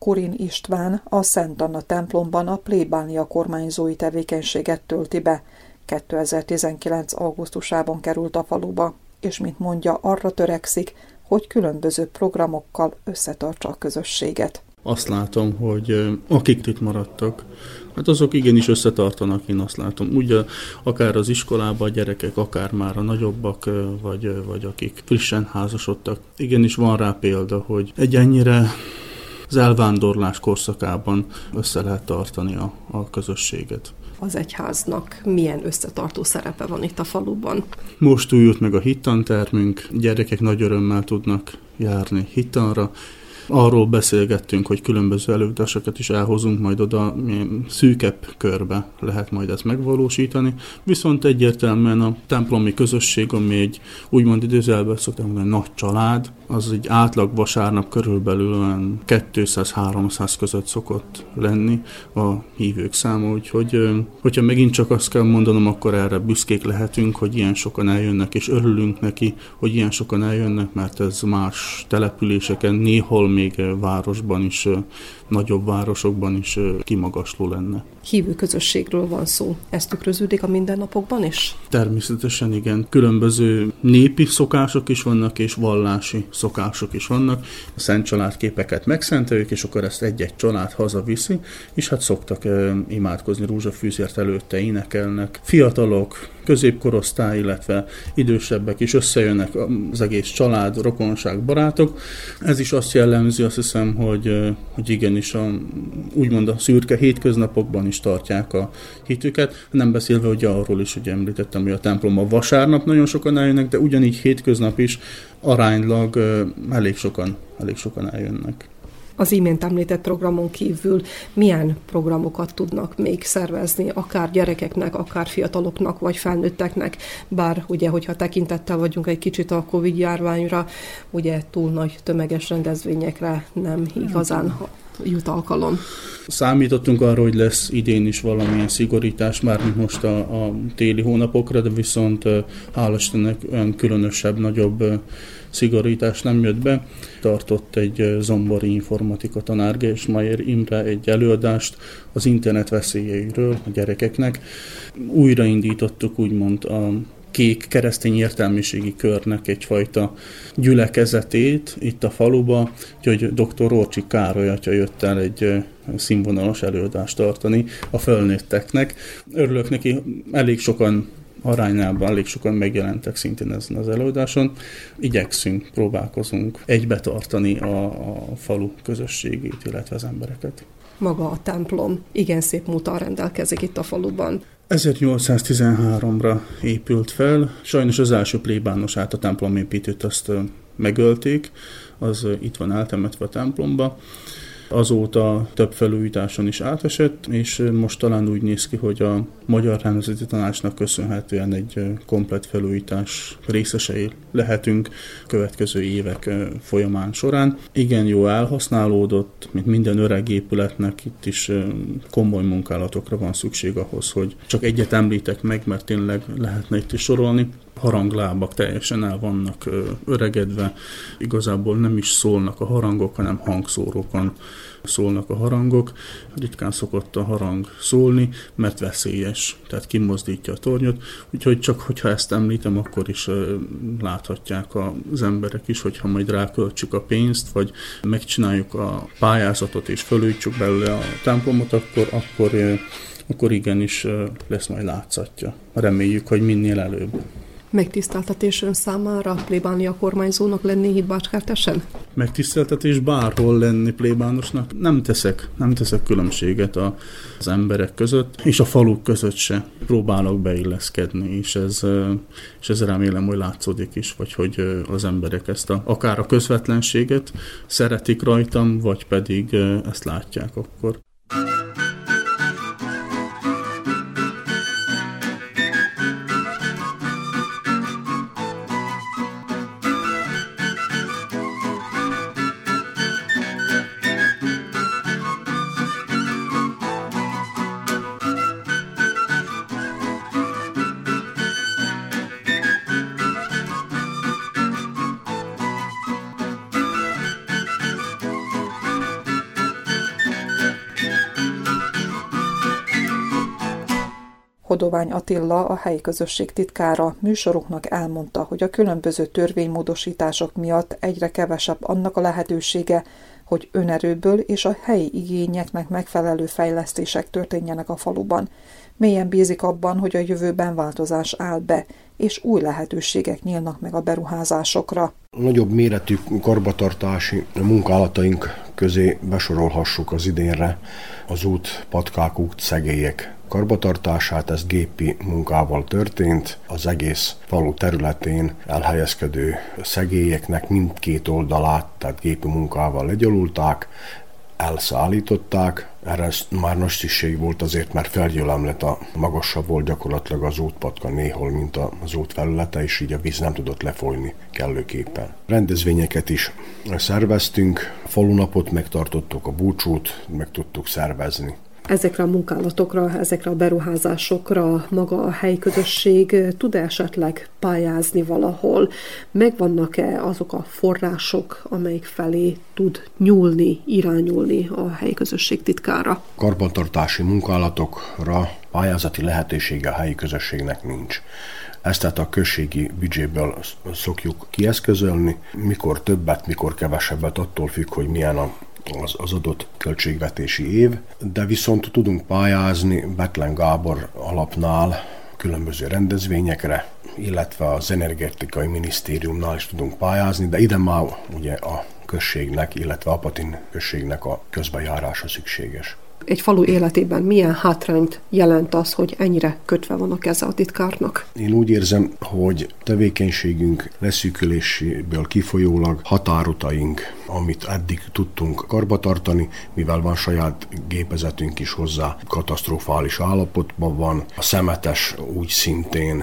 Kurin István a Szent Anna templomban a plébánia kormányzói tevékenységet tölti be. kétezer-tizenkilenc. augusztusában került a faluba, és mint mondja, arra törekszik, hogy különböző programokkal összetartsa a közösséget. Azt látom, hogy akik itt maradtak, hát azok igenis összetartanak, én azt látom. Úgy akár az iskolában a gyerekek, akár már a nagyobbak, vagy, vagy akik frissen házasodtak. Igenis van rá példa, hogy egy ennyire az elvándorlás korszakában össze lehet tartani a, a közösséget. Az egyháznak milyen összetartó szerepe van itt a faluban? Most újult meg a hittantermünk, gyerekek nagy örömmel tudnak járni hittanra. Arról beszélgettünk, hogy különböző előadásokat is elhozunk majd oda, milyen szűkebb körbe lehet majd ezt megvalósítani. Viszont egyértelműen a templomi közösség, ami egy úgymond idézőjelben szoktam mondani, nagy család, az egy átlag vasárnap körülbelül olyan kétszáz-háromszáz között szokott lenni a hívők száma, úgyhogy hogyha megint csak azt kell mondanom, akkor erre büszkék lehetünk, hogy ilyen sokan eljönnek, és örülünk neki, hogy ilyen sokan eljönnek, mert ez más településeken, néhol még városban is, nagyobb városokban is kimagasló lenne. Hívő közösségről van szó. Ez tükröződik a mindennapokban is? Természetesen igen. Különböző népi szokások is vannak, és vallási szokások is vannak. A Szent Családképeket megszenteljük, és akkor ezt egy-egy család hazaviszi, és hát szoktak eh, imádkozni, rózsafűzért előtte énekelnek. Fiatalok, középkorosztály, illetve idősebbek is összejönnek, az egész család, rokonság, barátok. Ez is azt jellemzi, azt hiszem, hogy, hogy igenis a, úgymond a szürke hétköznapokban is tartják a hitüket. Nem beszélve, hogy arról is, hogy említettem, hogy a templomban vasárnap nagyon sokan eljönnek, de ugyanígy hétköznap is aránylag elég sokan, elég sokan eljönnek. Az imént említett programon kívül milyen programokat tudnak még szervezni, akár gyerekeknek, akár fiataloknak, vagy felnőtteknek, bár ugye, hogyha tekintettel vagyunk egy kicsit a Covid-járványra, ugye túl nagy tömeges rendezvényekre nem igazán jut alkalom. Számítottunk arra, hogy lesz idén is valamilyen szigorítás, már mint most a, a téli hónapokra, de viszont hál' Istennek olyan különösebb, nagyobb szigorítás nem jött be. Tartott egy zombori informatika tanár, Gersmayer Imre egy előadást az internet veszélyeiről a gyerekeknek. Újraindítottuk úgymond a kék keresztény értelmiségi körnek egyfajta gyülekezetét itt a faluba, úgyhogy doktor Orcsik Károly atya jött el egy színvonalas előadást tartani a fölnőtteknek. Örülök neki, elég sokan arányában elég sokan megjelentek szintén ezen az előadáson. Igyekszünk, próbálkozunk egybe tartani a, a falu közösségét, illetve az embereket. Maga a templom igen szép múlttal rendelkezik itt a faluban. ezernyolcszáztizenháromra épült fel, sajnos az első plébánosát, a templomépítőt azt megölték, az itt van eltemetve a templomba. Azóta több felújításon is átesett, és most talán úgy néz ki, hogy a Magyar Nemzeti Tanácsnak köszönhetően egy komplett felújítás részesei lehetünk következő évek folyamán során. Igen, jó elhasználódott, mint minden öreg épületnek, itt is komoly munkálatokra van szükség ahhoz, hogy csak egyet említek meg, mert tényleg lehetne itt is sorolni. Haranglábak teljesen el vannak öregedve, igazából nem is szólnak a harangok, hanem hangszórókon szólnak a harangok. Ritkán szokott a harang szólni, mert veszélyes, tehát kimozdítja a tornyot, úgyhogy csak hogyha ezt említem, akkor is láthatják az emberek is, hogyha majd ráköltsük a pénzt, vagy megcsináljuk a pályázatot és fölújtsuk belőle a templomot, akkor, akkor, akkor igenis lesz majd látszatja. Reméljük, hogy minél előbb. Megtiszteltetés ön számára plébánia kormányzónak lenni itt Bácskertesen? Megtiszteltetés bárhol lenni plébánosnak. Nem teszek, nem teszek különbséget az emberek között, és a faluk között se. Próbálok beilleszkedni, és ez, és ez remélem, hogy látszódik is, vagy hogy az emberek ezt a, akár a közvetlenséget szeretik rajtam, vagy pedig ezt látják akkor. Hodovány Attila, a helyi közösség titkára műsorunknak elmondta, hogy a különböző törvénymódosítások miatt egyre kevesebb annak a lehetősége, hogy önerőből és a helyi igényeknek megfelelő fejlesztések történjenek a faluban. Mélyen bízik abban, hogy a jövőben változás áll be, és új lehetőségek nyílnak meg a beruházásokra. Nagyobb méretű karbantartási munkálataink közé besorolhassuk az idénre az út, patkák, út, szegélyek karbantartását. Ez gépi munkával történt. Az egész falu területén elhelyezkedő szegélyeknek mindkét oldalát, tehát gépi munkával legyalulták, elszállították. Erre már nagy szükség volt azért, mert felgyülemlet magasabb volt gyakorlatilag az útpatka néhol, mint az út felülete, és így a víz nem tudott lefolyni kellőképpen. Rendezvényeket is szerveztünk, falunapot megtartottuk, a búcsút meg tudtuk szervezni. Ezekre a munkálatokra, ezekre a beruházásokra maga a helyi közösség tud esetleg pályázni valahol? Megvannak-e azok a források, amelyik felé tud nyúlni, irányulni a helyi közösség titkára? Karbantartási munkálatokra pályázati lehetősége a helyi közösségnek nincs. Ezt tehát a községi büdzséből szokjuk kieszközölni. Mikor többet, mikor kevesebbet, attól függ, hogy milyen a Az, az adott költségvetési év, de viszont tudunk pályázni Bethlen Gábor alapnál különböző rendezvényekre, illetve az Energetikai Minisztériumnál is tudunk pályázni, de ide már ugye a községnek, illetve Apatin községnek a közbejárása szükséges. Egy falu életében milyen hátrányt jelent az, hogy ennyire kötve van a keze a titkárnak? Én úgy érzem, hogy tevékenységünk leszűküléséből kifolyólag határutaink, amit eddig tudtunk karbantartani, mivel van saját gépezetünk is hozzá, katasztrofális állapotban van. A szemetes úgy szintén,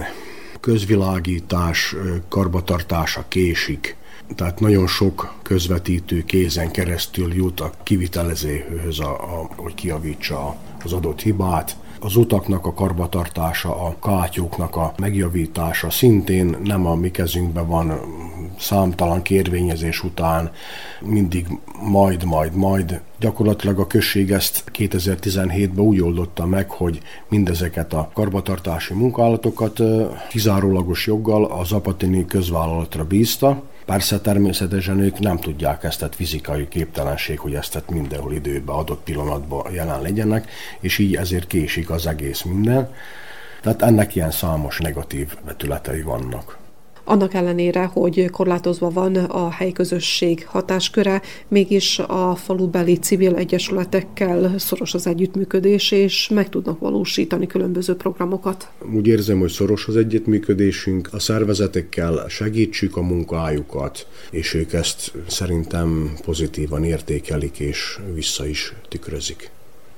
közvilágítás karbantartása késik, tehát nagyon sok közvetítő kézen keresztül jut a kivitelezőhöz, a, a, hogy kijavítsa az adott hibát. Az utaknak a karbantartása, a kátyúknak a megjavítása szintén nem a mi kezünkben van, számtalan kérvényezés után mindig majd, majd, majd. Gyakorlatilag a község ezt kétezer-tizenhétben úgy oldotta meg, hogy mindezeket a karbantartási munkálatokat kizárólagos joggal az apatini közvállalatra bízta. Persze természetesen ők nem tudják ezt, tehát fizikai képtelenség, hogy ezt mindenhol időben, adott pillanatban jelen legyenek, és így ezért késik az egész minden. Tehát ennek ilyen számos negatív vetületei vannak. Annak ellenére, hogy korlátozva van a helyi közösség hatásköre, mégis a falubeli civil egyesületekkel szoros az együttműködés, és meg tudnak valósítani különböző programokat. Úgy érzem, hogy szoros az együttműködésünk, a szervezetekkel segítsük a munkájukat, és ők ezt szerintem pozitívan értékelik, és vissza is tükrözik.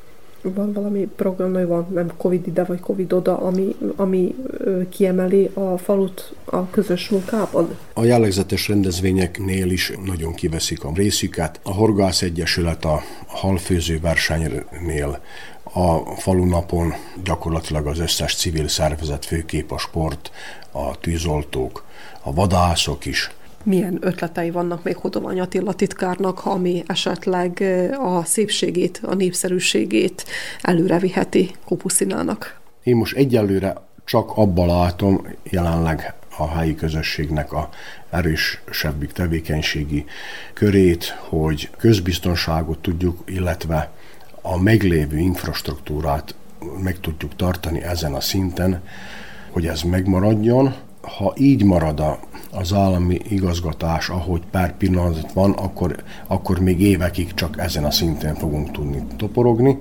Van valami program, van nem Covid ide vagy Covid oda, ami, ami kiemeli a falut a közös munkában? A jellegzetes rendezvényeknél is nagyon kiveszik a részüket. A Horgász Egyesület a halfőző versenynél, a falunapon gyakorlatilag az összes civil szervezet, főképp a sport, a tűzoltók, a vadászok is. Milyen ötletei vannak még Hodovány Attila titkárnak, ami esetleg a szépségét, a népszerűségét előreviheti Kupuszinának? Én most egyelőre csak abban látom jelenleg a helyi közösségnek a erősebbik tevékenységi körét, hogy közbiztonságot tudjuk, illetve a meglévő infrastruktúrát meg tudjuk tartani ezen a szinten, hogy ez megmaradjon. Ha így marad az állami igazgatás, ahogy pár pillanat van, akkor, akkor még évekig csak ezen a szinten fogunk tudni toporogni,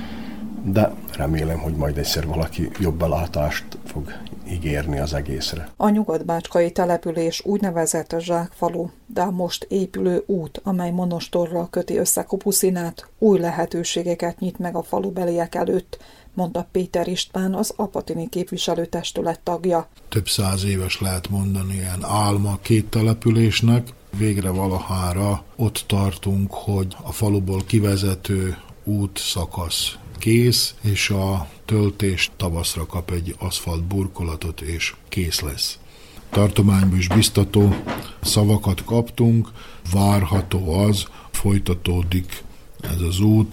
de remélem, hogy majd egyszer valaki jobb belátást fog ígérni az egészre. A nyugatbácskai település úgynevezett zsákfalu, de a most épülő út, amely monostorral köti össze Kupuszinát, új lehetőségeket nyit meg a falubeliek előtt, mondta Péter István, az apatini képviselőtestület tagja. Több száz éves lehet mondani ilyen álma két településnek. Végre valahára ott tartunk, hogy a faluból kivezető útszakasz kész, és a töltés tavaszra kap egy aszfalt burkolatot, és kész lesz. Tartományban is biztató szavakat kaptunk, várható az, folytatódik ez az út,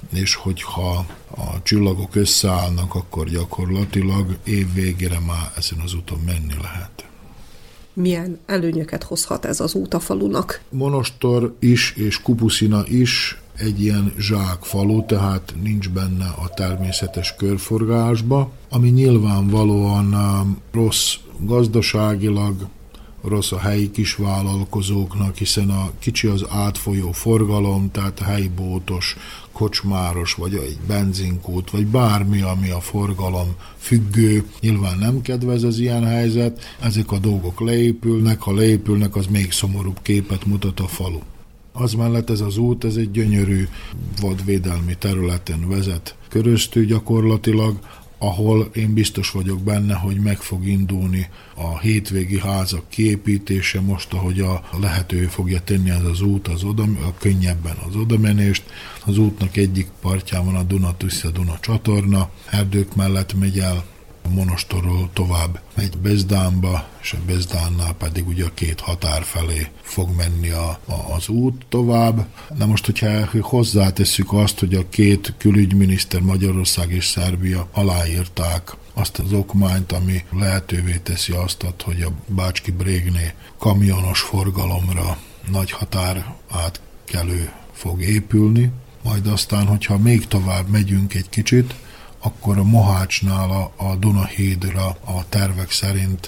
és hogyha a csillagok összeállnak, akkor gyakorlatilag év végére már ezen az úton menni lehet. Milyen előnyöket hozhat ez az út a falunak? Monostor is és Kupuszina is egy ilyen zsákfalu, tehát nincs benne a természetes körforgásba, ami nyilvánvalóan rossz gazdaságilag, rossz a helyi kisvállalkozóknak, hiszen a kicsi az átfolyó forgalom, tehát a helyi bótos, kocsmáros, vagy egy benzinkút, vagy bármi, ami a forgalom függő, nyilván nem kedvez az ilyen helyzet, ezek a dolgok leépülnek, ha leépülnek, az még szomorúbb képet mutat a falu. Az mellett ez az út, ez egy gyönyörű vadvédelmi területen vezet köröztül gyakorlatilag, ahol én biztos vagyok benne, hogy meg fog indulni a hétvégi házak kiépítése, most, ahogy a lehetővé fogja tenni ez az út, az oda, a könnyebben az odamenést. Az útnak egyik partján van a Duna-Tisza-Duna csatorna, erdők mellett megy el, a Monostorról tovább megy Bezdánba, és a Bezdánnál pedig ugye a két határ felé fog menni a, a, az út tovább. Na most, hogyha hozzátesszük azt, hogy a két külügyminiszter, Magyarország és Szerbia aláírták azt az okmányt, ami lehetővé teszi azt, hogy a Bácski Brégné kamionos forgalomra nagy határ átkelő fog épülni, majd aztán, hogyha még tovább megyünk egy kicsit, akkor a Mohácsnál a, a Dunahídra a tervek szerint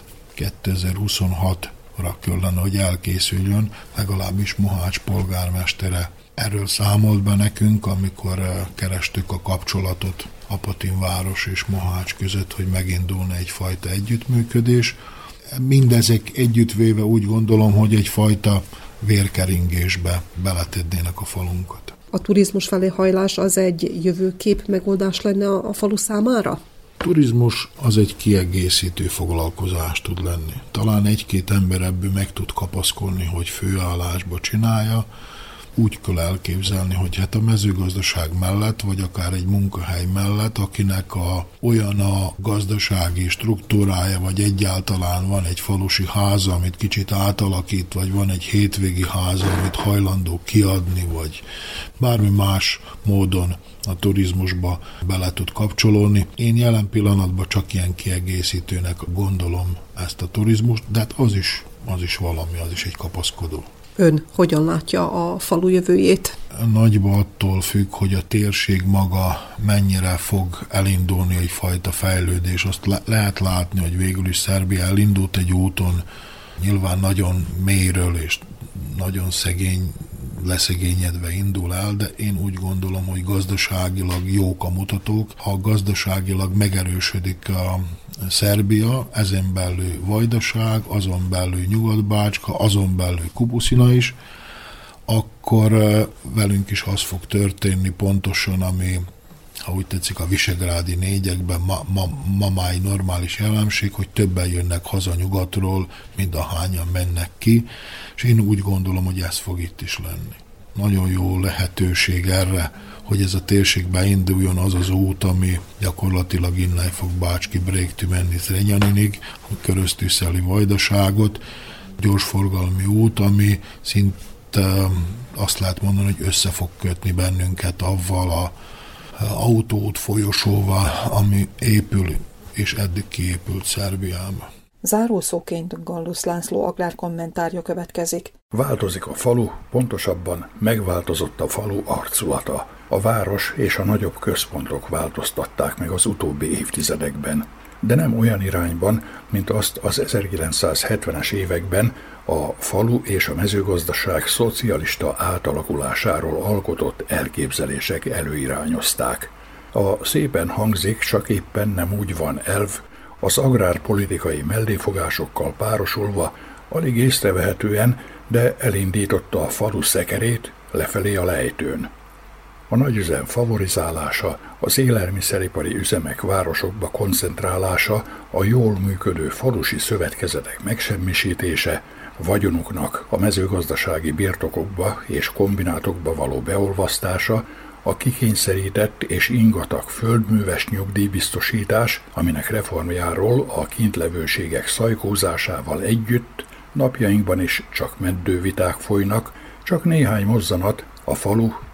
kétezer-huszonhatra kellene, hogy elkészüljön, legalábbis Mohács polgármestere erről számolt be nekünk, amikor kerestük a kapcsolatot Apatinváros és Mohács között, hogy megindulna egyfajta együttműködés. Mindezek együttvéve úgy gondolom, hogy egyfajta vérkeringésbe beletednének a falunkat. A turizmus felé hajlás az egy jövőkép megoldás lenne a falu számára? Turizmus az egy kiegészítő foglalkozás tud lenni. Talán egy-két ember ebből meg tud kapaszkodni, hogy főállásba csinálja. Úgy kell elképzelni, hogy hát a mezőgazdaság mellett, vagy akár egy munkahely mellett, akinek a, olyan a gazdasági struktúrája, vagy egyáltalán van egy falusi háza, amit kicsit átalakít, vagy van egy hétvégi háza, amit hajlandó kiadni, vagy bármi más módon a turizmusba bele tud kapcsolódni. Én jelen pillanatban csak ilyen kiegészítőnek gondolom ezt a turizmust, de hát az is, az is valami, az is egy kapaszkodó. Ön hogyan látja a falu jövőjét? Nagyban attól függ, hogy a térség maga mennyire fog elindulni egyfajta fejlődés. Azt le- lehet látni, hogy végül is Szerbia elindult egy úton, nyilván nagyon mélyről és nagyon szegény, leszegényedve indul el, de én úgy gondolom, hogy gazdaságilag jók a mutatók. Ha gazdaságilag megerősödik a Szerbia, ezen belül Vajdaság, azon belül Nyugat-Bácska, azon belül Kupuszina is, akkor velünk is az fog történni pontosan, ami, ha úgy tetszik, a visegrádi négyekben ma, ma, ma máj normális jelenség, hogy többen jönnek haza nyugatról, mint ahányan mennek ki, és én úgy gondolom, hogy ez fog itt is lenni. Nagyon jó lehetőség erre, hogy ez a térség beinduljon, az az út, ami gyakorlatilag innen fog Bácski Brégtű menni Zrenyaninig, köröztűszeli Vajdaságot, gyorsforgalmi út, ami szinte azt lehet mondani, hogy össze fog kötni bennünket avval a autóút folyosóval, ami épül és eddig kiépült Szerbiában. Zárószóként Gallus László agrárkommentárja következik. Változik a falu, pontosabban megváltozott a falu arculata. A város és a nagyobb központok változtatták meg az utóbbi évtizedekben, de nem olyan irányban, mint azt az ezerkilencszázhetvenes években a falu és a mezőgazdaság szocialista átalakulásáról alkotott elképzelések előirányozták. A szépen hangzik, csak éppen nem úgy van elv, az agrárpolitikai melléfogásokkal párosulva alig észrevehetően, de elindította a falu szekerét lefelé a lejtőn. A nagyüzem favorizálása, az élelmiszeripari üzemek városokba koncentrálása, a jól működő falusi szövetkezetek megsemmisítése, vagyonuknak a mezőgazdasági birtokokba és kombinátokba való beolvasztása, a kikényszerített és ingatag földműves nyugdíjbiztosítás, aminek reformjáról a kintlevőségek szajkózásával együtt napjainkban is csak meddő viták folynak, csak néhány mozzanat a falu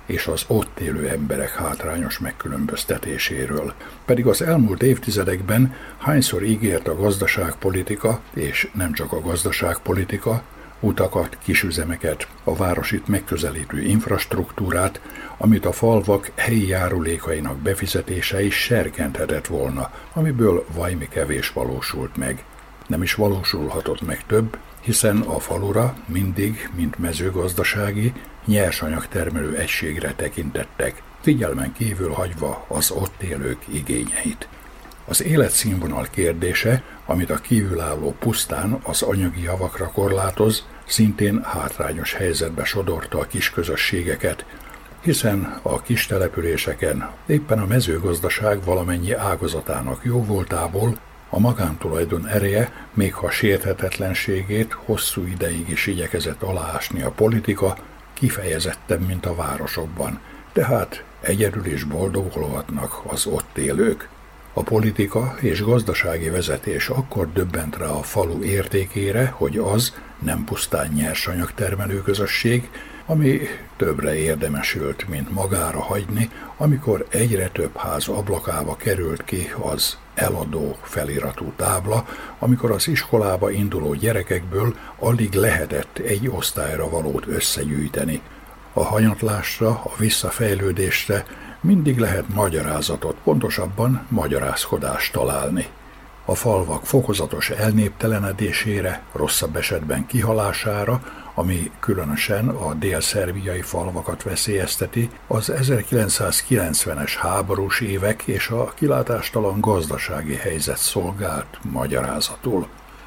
és az ott élő emberek hátrányos megkülönböztetéséről. Pedig az elmúlt évtizedekben hányszor ígért a gazdaságpolitika, és nem csak a gazdaságpolitika, utakat, kisüzemeket, a városit megközelítő infrastruktúrát, amit a falvak helyi járulékainak befizetése is serkenthetett volna, amiből vajmi kevés valósult meg. Nem is valósulhatott meg több, hiszen a falura mindig, mint mezőgazdasági, nyersanyagtermelő egységre tekintettek, figyelmen kívül hagyva az ott élők igényeit. Az életszínvonal kérdése, amit a kívülálló pusztán az anyagi javakra korlátoz, szintén hátrányos helyzetbe sodorta a kisközösségeket, hiszen a kis településeken éppen a mezőgazdaság valamennyi ágazatának jóvoltából a magántulajdon ereje, még ha sérthetetlenségét hosszú ideig is igyekezett aláásni a politika, kifejezettebb, mint a városokban, tehát egyedül is boldogulhatnak az ott élők. A politika és gazdasági vezetés akkor döbbent rá a falu értékére, hogy az nem pusztán nyersanyagtermelő közösség, ami többre érdemesült, mint magára hagyni, amikor egyre több ház ablakába került ki az eladó feliratú tábla, amikor az iskolába induló gyerekekből alig lehetett egy osztályra valót összegyűjteni. A hanyatlásra, a visszafejlődésre mindig lehet magyarázatot, pontosabban magyarázkodást találni. A falvak fokozatos elnéptelenedésére, rosszabb esetben kihalására, ami különösen a dél-szerbiai falvakat veszélyezteti, az ezerkilencszázkilencvenes háborús évek és a kilátástalan gazdasági helyzet szolgált magyarázatul.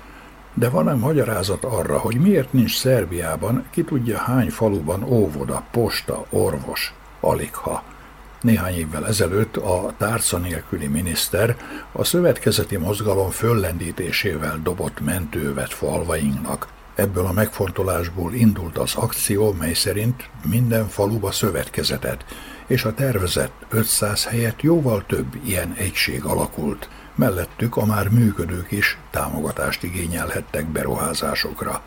De van-e magyarázat arra, hogy miért nincs Szerbiában, ki tudja hány faluban óvoda, posta, orvos, aligha? Néhány évvel ezelőtt a tárca nélküli miniszter a szövetkezeti mozgalom föllendítésével dobott mentővet falvainknak. Ebből a megfontolásból indult az akció, mely szerint minden faluba szövetkezetet, és a tervezett ötszáz helyett jóval több ilyen egység alakult. Mellettük a már működők is támogatást igényelhettek beruházásokra.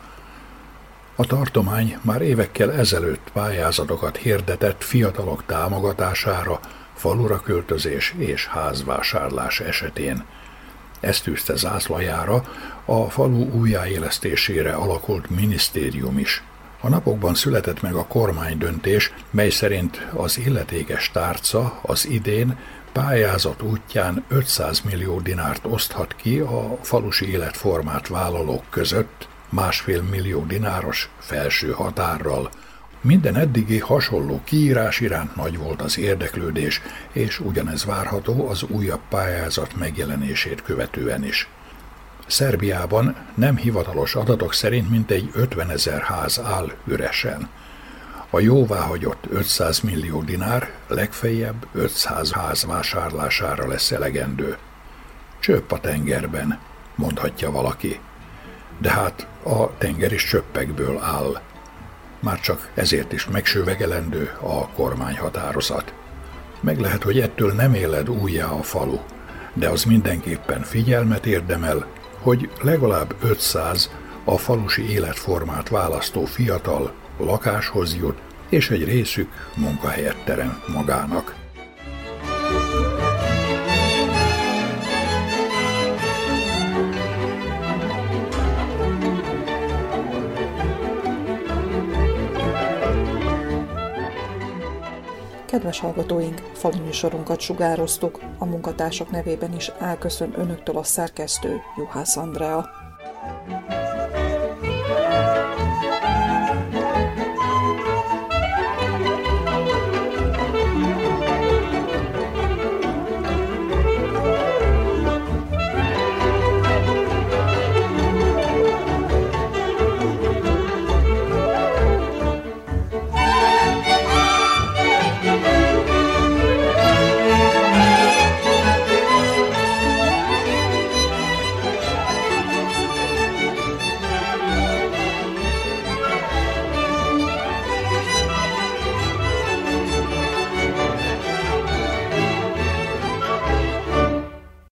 A tartomány már évekkel ezelőtt pályázatokat hirdetett fiatalok támogatására, falura költözés és házvásárlás esetén. Ezt tűzte zászlajára a falu újjáélesztésére alakult minisztérium is. A napokban született meg a kormánydöntés, mely szerint az illetékes tárca az idén pályázat útján ötszáz millió dinárt oszthat ki a falusi életformát vállalók között, másfél millió dináros felső határral. Minden eddigi hasonló kiírás iránt nagy volt az érdeklődés, és ugyanez várható az újabb pályázat megjelenését követően is. Szerbiában nem hivatalos adatok szerint mintegy ötvenezer ház áll üresen. A jóváhagyott ötszáz millió dinár legfeljebb ötszáz ház vásárlására lesz elegendő. Csöpp a tengerben, mondhatja valaki. De hát a tenger is csöppekből áll. Már csak ezért is megsövegelendő a kormányhatározat. Meg lehet, hogy ettől nem éled újjá a falu, de az mindenképpen figyelmet érdemel, hogy legalább ötszáz a falusi életformát választó fiatal lakáshoz jut, és egy részük munkahelyet teremt magának. Kedves hallgatóink, faluműsorunkat sugároztuk, a munkatársak nevében is elköszön önöktől a szerkesztő, Juhász Andrea.